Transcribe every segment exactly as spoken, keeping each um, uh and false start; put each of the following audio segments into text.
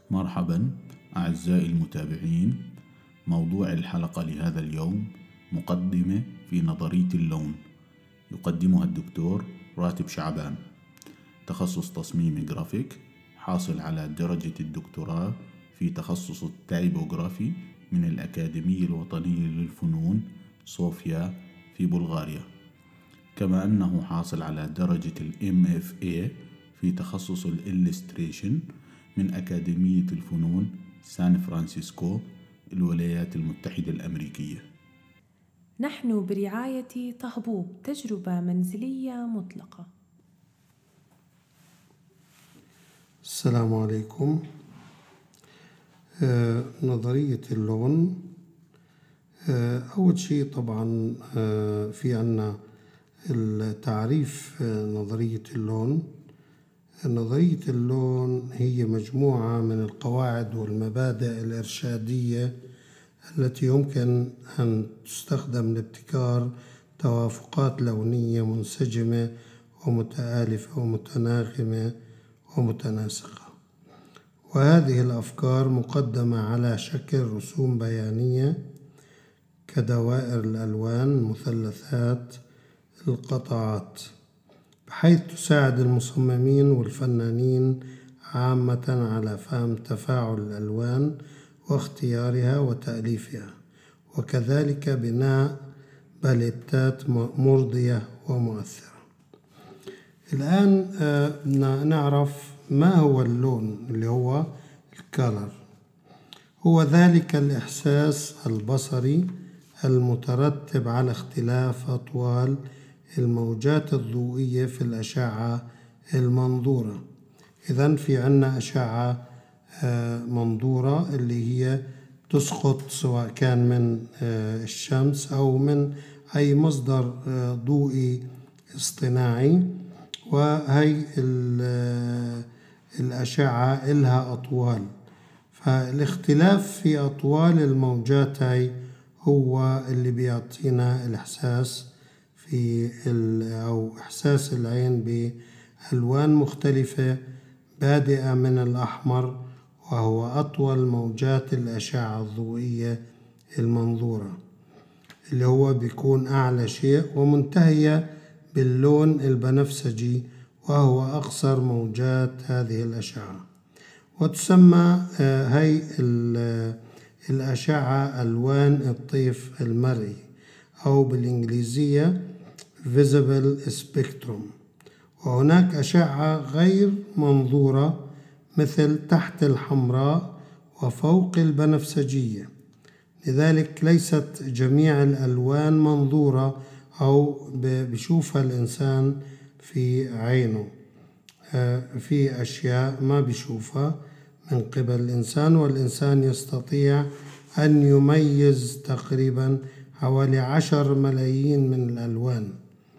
مرحبا أعزائي المتابعين. موضوع الحلقة لهذا اليوم مقدمة في نظرية اللون، يقدمها الدكتور راتب شعبان، تخصص تصميم جرافيك، حاصل على درجة الدكتوراه في تخصص التايبوغرافي من الأكاديمية الوطنية للفنون صوفيا في بلغاريا، كما أنه حاصل على درجة ال إم إف إيه في تخصص الإلستريشن من أكاديمية الفنون سان فرانسيسكو الولايات المتحدة الأمريكية. نحن برعاية طهبوب تجربة منزلية مطلقة. السلام عليكم. آه، نظرية اللون. آه، أول شيء طبعا آه، في عنا التعريف. آه، نظرية اللون نظرية اللون هي مجموعة من القواعد والمبادئ الإرشادية التي يمكن أن تستخدم لابتكار توافقات لونية منسجمة ومتآلفة ومتناغمة ومتناسقة، وهذه الأفكار مقدمة على شكل رسوم بيانية كدوائر الألوان، مثلثات، القطعات، بحيث تساعد المصممين والفنانين عامة على فهم تفاعل الألوان واختيارها وتأليفها، وكذلك بناء باليتات مرضية ومؤثرة. الآن نعرف ما هو اللون، اللي هو الكالر. هو ذلك الإحساس البصري المترتب على اختلاف أطوال الموجات الضوئية في الأشعة المنظورة. إذن في عنا أشعة منظورة اللي هي تسقط سواء كان من الشمس أو من أي مصدر ضوئي اصطناعي، وهي الأشعة إلها أطوال، فالاختلاف في أطوال الموجات هاي هو اللي بيعطينا الإحساس في أو إحساس العين بألوان مختلفة بادئة من الأحمر، وهو أطول موجات الأشعة الضوئية المنظورة، اللي هو بيكون أعلى شيء، ومنتهية باللون البنفسجي وهو أقصر موجات هذه الأشعة. وتسمى هاي الأشعة ألوان الطيف المرئي، أو بالإنجليزية visible spectrum. وهناك أشعة غير منظورة مثل تحت الحمراء وفوق البنفسجية، لذلك ليست جميع الألوان منظورة أو بيشوفها الإنسان في عينه. في أشياء ما بيشوفها من قبل الإنسان، والإنسان يستطيع أن يميز تقريبا حوالي عشر ملايين من الألوان.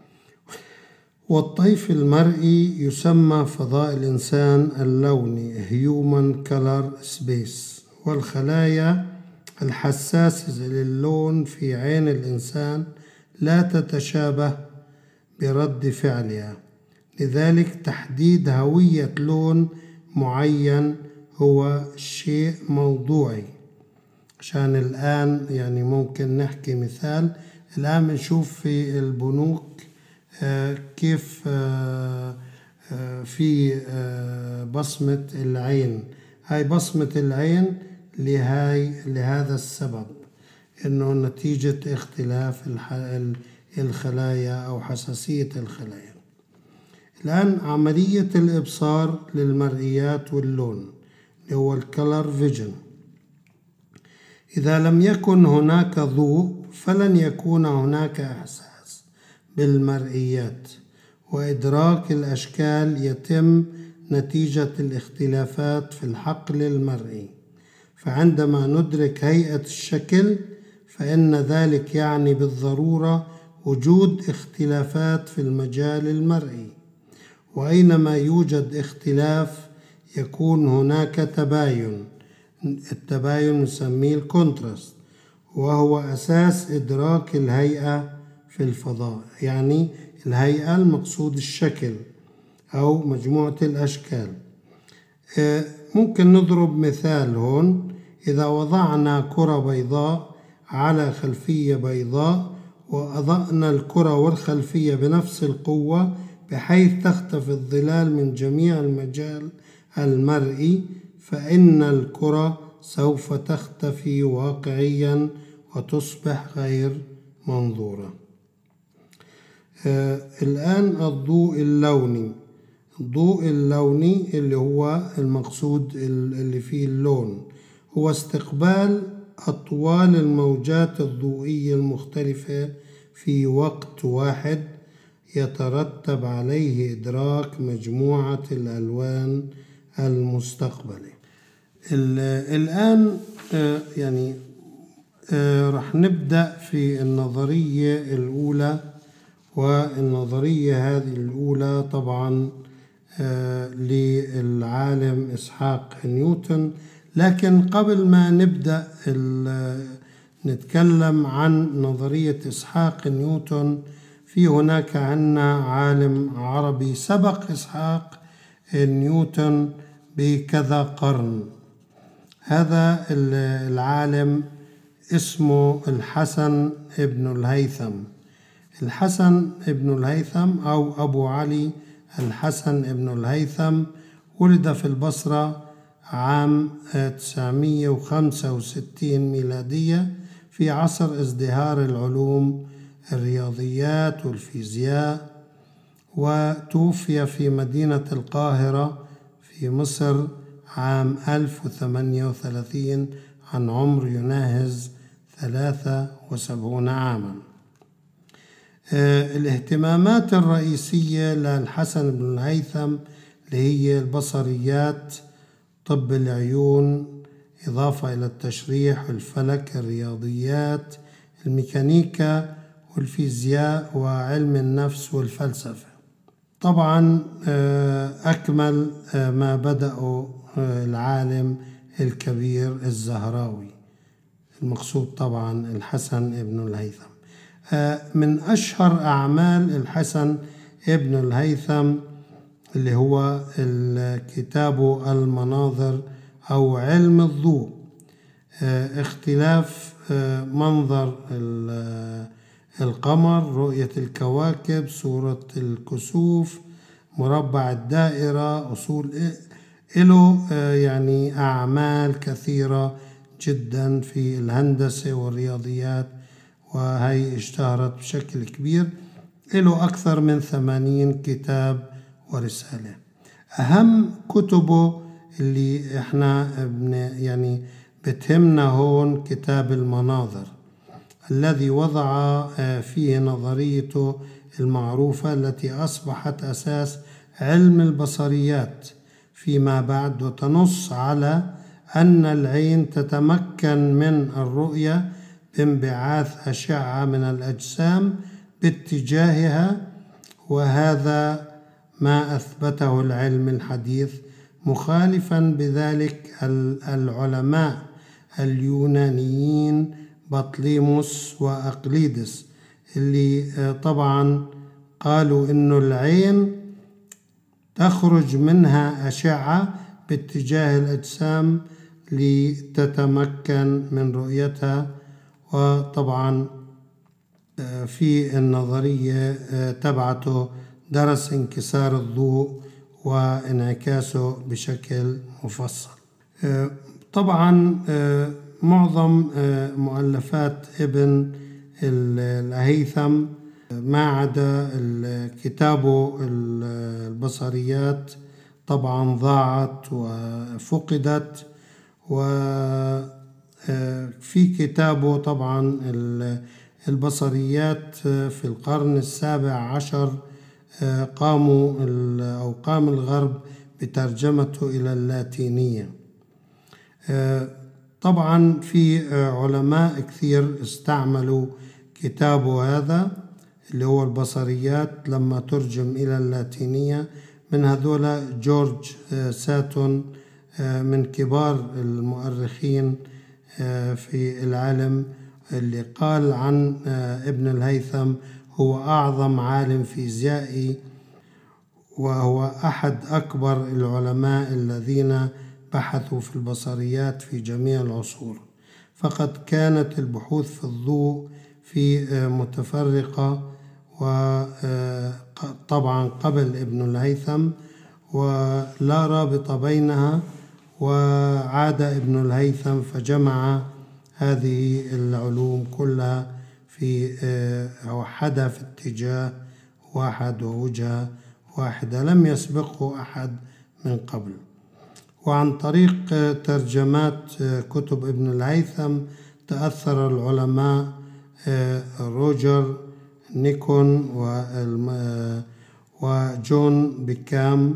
والطيف المرئي يسمى فضاء الإنسان اللوني Human Color Space، والخلايا الحساسة للون في عين الإنسان لا تتشابه برد فعلها، لذلك تحديد هوية لون معين هو شيء موضوعي. عشان الآن يعني ممكن نحكي مثال، الآن بنشوف في البنوك كيف في بصمة العين. هاي بصمة العين لهاي لهذا السبب، إنه نتيجة اختلاف الخلايا أو حساسية الخلايا. الآن عملية الإبصار للمرئيات واللون اللي هو الكالر فيجن. إذا لم يكن هناك ضوء فلن يكون هناك إحساس بالمرئيات، وإدراك الأشكال يتم نتيجة الاختلافات في الحقل المرئي. فعندما ندرك هيئة الشكل فإن ذلك يعني بالضرورة وجود اختلافات في المجال المرئي، وأينما يوجد اختلاف يكون هناك تباين. التباين نسميه الكونتراست، وهو أساس إدراك الهيئة في الفضاء، يعني الهيئة المقصود الشكل أو مجموعة الأشكال. ممكن نضرب مثال هون. إذا وضعنا كرة بيضاء على خلفية بيضاء وأضأنا الكرة والخلفية بنفس القوة بحيث تختفي الظلال من جميع المجال المرئي، فإن الكرة سوف تختفي واقعيا وتصبح غير منظورة. آه الآن الضوء اللوني. الضوء اللوني اللي هو المقصود اللي فيه اللون هو استقبال أطوال الموجات الضوئية المختلفة في وقت واحد يترتب عليه إدراك مجموعة الألوان المستقبلة. الآن آه يعني آه رح نبدأ في النظرية الأولى، والنظرية هذه الأولى طبعا آه للعالم إسحاق نيوتن. لكن قبل ما نبدأ نتكلم عن نظرية إسحاق نيوتن، في هناك عنا عالم عربي سبق إسحاق نيوتن بكذا قرن. هذا العالم اسمه الحسن ابن الهيثم. الحسن ابن الهيثم أو أبو علي الحسن ابن الهيثم ولد في البصرة عام تسعمائة وخمسة وستين ميلادية في عصر ازدهار العلوم الرياضيات والفيزياء، وتوفي في مدينة القاهرة في مصر عام ألف وثمانية وثلاثين عن عمر يناهز ثلاثة وسبعين عاما. الاهتمامات الرئيسية للحسن بن الهيثم اللي هي البصريات، طب العيون، إضافة إلى التشريح، الفلك، الرياضيات، الميكانيكا والفيزياء وعلم النفس والفلسفة. طبعا أكمل ما بدأه العالم الكبير الزهراوي، المقصود طبعا الحسن ابن الهيثم. من أشهر أعمال الحسن ابن الهيثم اللي هو الكتاب المناظر أو علم الضوء، اختلاف منظر القمر، رؤية الكواكب، صورة الكسوف، مربع الدائرة، أصول له يعني أعمال كثيرة جدا في الهندسة والرياضيات، وهي اشتهرت بشكل كبير. له أكثر من ثمانين كتاب ورسالة. أهم كتبه اللي احنا يعني بتهمنا هون كتاب المناظر الذي وضع فيه نظريته المعروفة التي أصبحت أساس علم البصريات فيما بعد، وتنص على أن العين تتمكن من الرؤية بانبعاث أشعة من الأجسام باتجاهها، وهذا ما أثبته العلم الحديث، مخالفا بذلك العلماء اليونانيين بطليموس وأقليدس اللي طبعا قالوا إنه العين تخرج منها أشعة باتجاه الأجسام لتتمكن من رؤيتها. وطبعا في النظرية تبعته درس انكسار الضوء وانعكاسه بشكل مفصل. طبعا معظم مؤلفات ابن الهيثم ما عدا كتابه البصريات طبعا ضاعت وفقدت، وفي كتابه طبعا البصريات في القرن السابع عشر قاموا أو قام الغرب بترجمته إلى اللاتينية. طبعا في علماء كثير استعملوا كتابه هذا اللي هو البصريات لما ترجم إلى اللاتينية، من هذولا جورج ساتون من كبار المؤرخين في العلم اللي قال عن ابن الهيثم هو أعظم عالم فيزيائي، وهو أحد أكبر العلماء الذين بحثوا في البصريات في جميع العصور، فقد كانت البحوث في الضوء في متفرقة، وطبعا قبل ابن الهيثم ولا رابط بينها، وعاد ابن الهيثم فجمع هذه العلوم كلها في وحدها في اتجاه واحد ووجهة واحدة لم يسبقه أحد من قبل. وعن طريق ترجمات كتب ابن الهيثم تأثر العلماء روجر نيكون وجون بيكام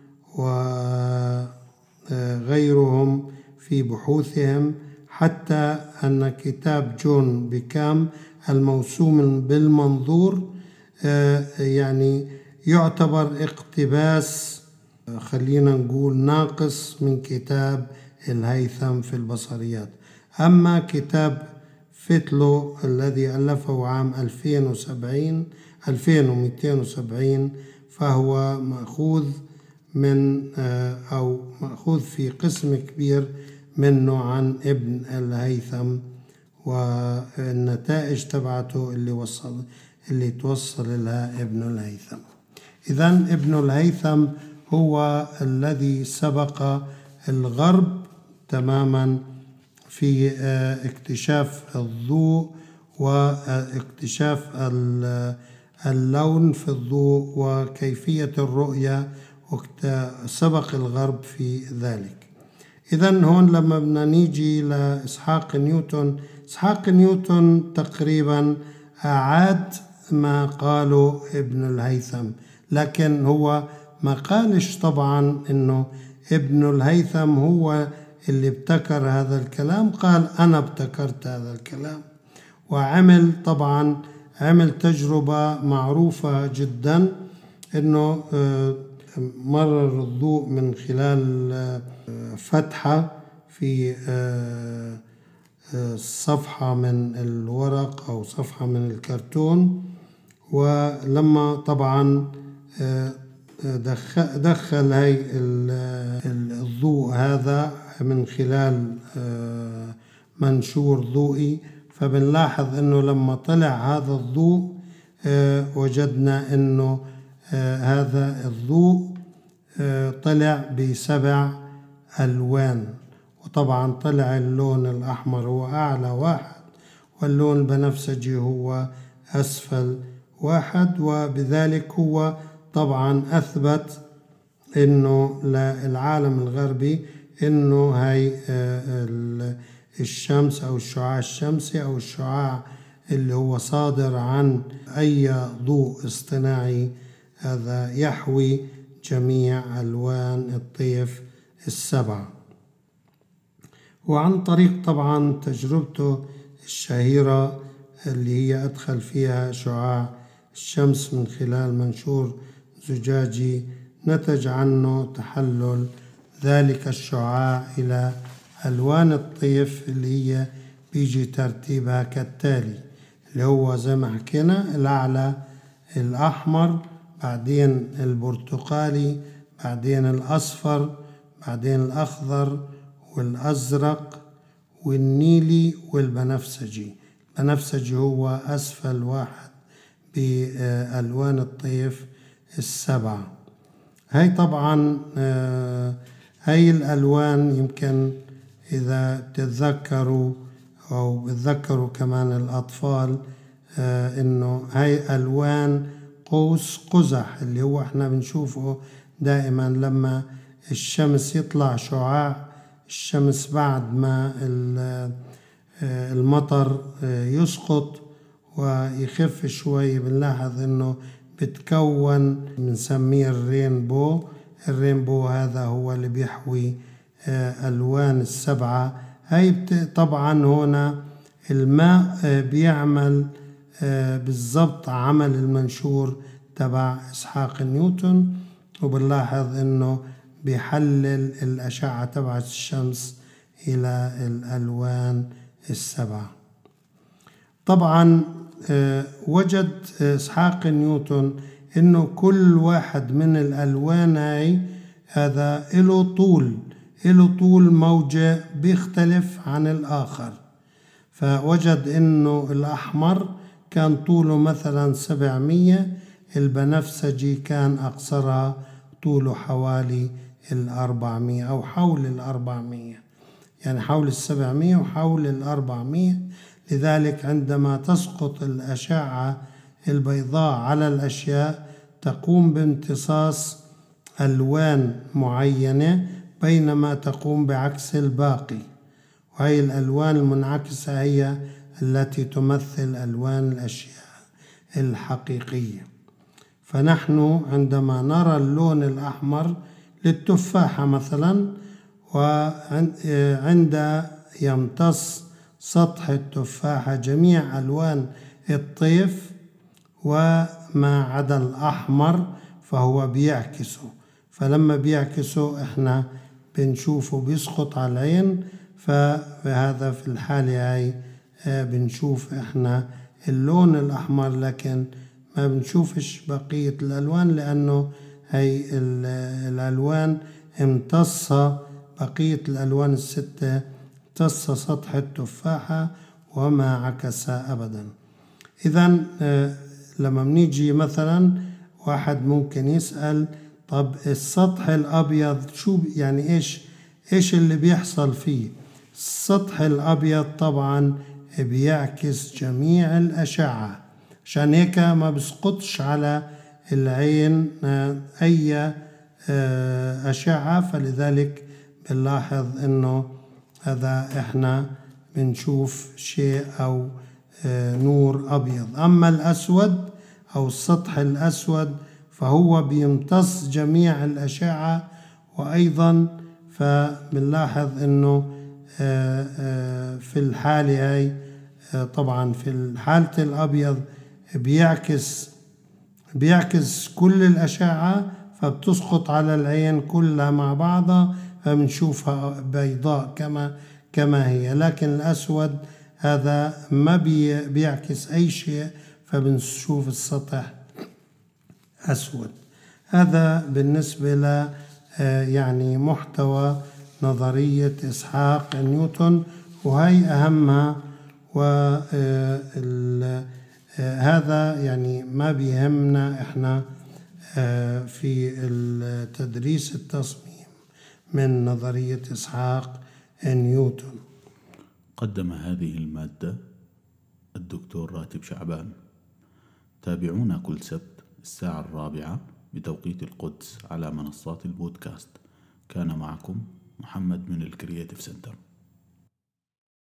وغيرهم في بحوثهم، حتى أن كتاب جون بيكام الموسوم بالمنظور يعني يعتبر اقتباس، خلينا نقول ناقص من كتاب الهيثم في البصريات. أما كتاب فيتلو الذي ألفه عام ألفين وسبعين ألفين ومئتين وسبعين فهو مأخوذ من أو مأخوذ في قسم كبير منه عن ابن الهيثم، والنتائج تبعته اللي وصل اللي توصل لها ابن الهيثم. إذن ابن الهيثم هو الذي سبق الغرب تماما في اكتشاف الضوء واكتشاف اللون في الضوء وكيفية الرؤية، سبق الغرب في ذلك. إذن هون لما بدنا نيجي لإسحاق نيوتن، إسحاق نيوتن تقريبا أعاد ما قاله ابن الهيثم، لكن هو ما قالش طبعا إنه ابن الهيثم هو اللي ابتكر هذا الكلام، قال أنا ابتكرت هذا الكلام. وعمل طبعا عمل تجربة معروفة جدا، إنه مرر الضوء من خلال فتحة في صفحة من الورق أو صفحة من الكرتون، ولما طبعا دخل, دخل هاي الضوء هذا من خلال منشور ضوئي، فبنلاحظ انه لما طلع هذا الضوء وجدنا انه هذا الضوء طلع بسبع ألوان، وطبعا طلع اللون الأحمر هو أعلى واحد، واللون البنفسجي هو أسفل واحد، وبذلك هو طبعا أثبت إنه للعالم الغربي إنه هاي الشمس أو الشعاع الشمسي أو الشعاع اللي هو صادر عن أي ضوء اصطناعي هذا يحوي جميع ألوان الطيف السبعة. وعن طريق طبعا تجربته الشهيرة اللي هي أدخل فيها شعاع الشمس من خلال منشور زجاجي، نتج عنه تحلل ذلك الشعاع إلى ألوان الطيف اللي هي بيجي ترتيبها كالتالي، اللي هو زي ما حكينا الأعلى الأحمر، بعدين البرتقالي، بعدين الأصفر، بعدين الأخضر والأزرق والنيلي والبنفسجي. البنفسجي هو أسفل واحد بألوان الطيف السبعة. هاي طبعا هاي الألوان يمكن إذا تتذكروا أو بتذكروا كمان الأطفال إنه هاي ألوان قوس قزح اللي هو احنا بنشوفه دائما لما الشمس يطلع شعاع الشمس بعد ما المطر يسقط ويخف شوي، بنلاحظ انه بتكون بنسميه الرينبو. الرينبو هذا هو اللي بيحوي ألوان السبعة. هاي طبعا هنا الماء بيعمل بالضبط عمل المنشور تبع إسحاق نيوتن، وبنلاحظ انه بيحلل الأشعة تبع الشمس إلى الألوان السبعة. طبعا وجد إسحاق نيوتن إنه كل واحد من الألوان هاي هذا له طول، له طول موجة بيختلف عن الآخر، فوجد إنه الأحمر كان طوله مثلا سبعمية، البنفسجي كان أقصرها طوله حوالي الأربعمية أو حول الأربعمية، يعني حول السبعمية وحول الأربعمية. لذلك عندما تسقط الأشعة البيضاء على الأشياء تقوم بامتصاص ألوان معينة، بينما تقوم بعكس الباقي، وهي الألوان المنعكسة هي التي تمثل ألوان الأشياء الحقيقية. فنحن عندما نرى اللون الأحمر للتفاحة مثلا، وعند يمتص سطح التفاحة جميع ألوان الطيف وما عدا الأحمر فهو بيعكسه، فلما بيعكسه احنا بنشوفه بيسقط على العين، فهذا في الحالة هاي بنشوف احنا اللون الأحمر، لكن ما بنشوفش بقية الألوان لأنه هي الألوان امتصة بقية الألوان الستة، امتص سطح التفاحة وما عكس أبدا. إذن لما بنيجي مثلا واحد ممكن يسأل طب السطح الأبيض شو يعني إيش إيش اللي بيحصل فيه؟ السطح الأبيض طبعا بيعكس جميع الأشعة، عشان هيك ما بسقطش على العين أي أشعة، فلذلك بنلاحظ إنه هذا إحنا بنشوف شيء أو نور أبيض. أما الأسود أو السطح الأسود فهو بيمتص جميع الأشعة، وأيضا فبنلاحظ إنه في الحالة هاي طبعا في الحالة الأبيض بيعكس بيعكس كل الأشعة، فبتسقط على العين كلها مع بعضها، فبنشوفها بيضاء كما كما هي. لكن الأسود هذا ما بي بيعكس أي شيء، فبنشوف السطح أسود. هذا بالنسبة ل يعني محتوى نظرية إسحاق نيوتن، وهي أهمها. وهذا يعني ما بيهمنا إحنا في التدريس التصميم من نظرية إسحاق نيوتن. قدم هذه المادة الدكتور راتب شعبان. تابعونا كل سبت الساعة الرابعة بتوقيت القدس على منصات البودكاست. كان معكم محمد من الكرياتيف سنتر.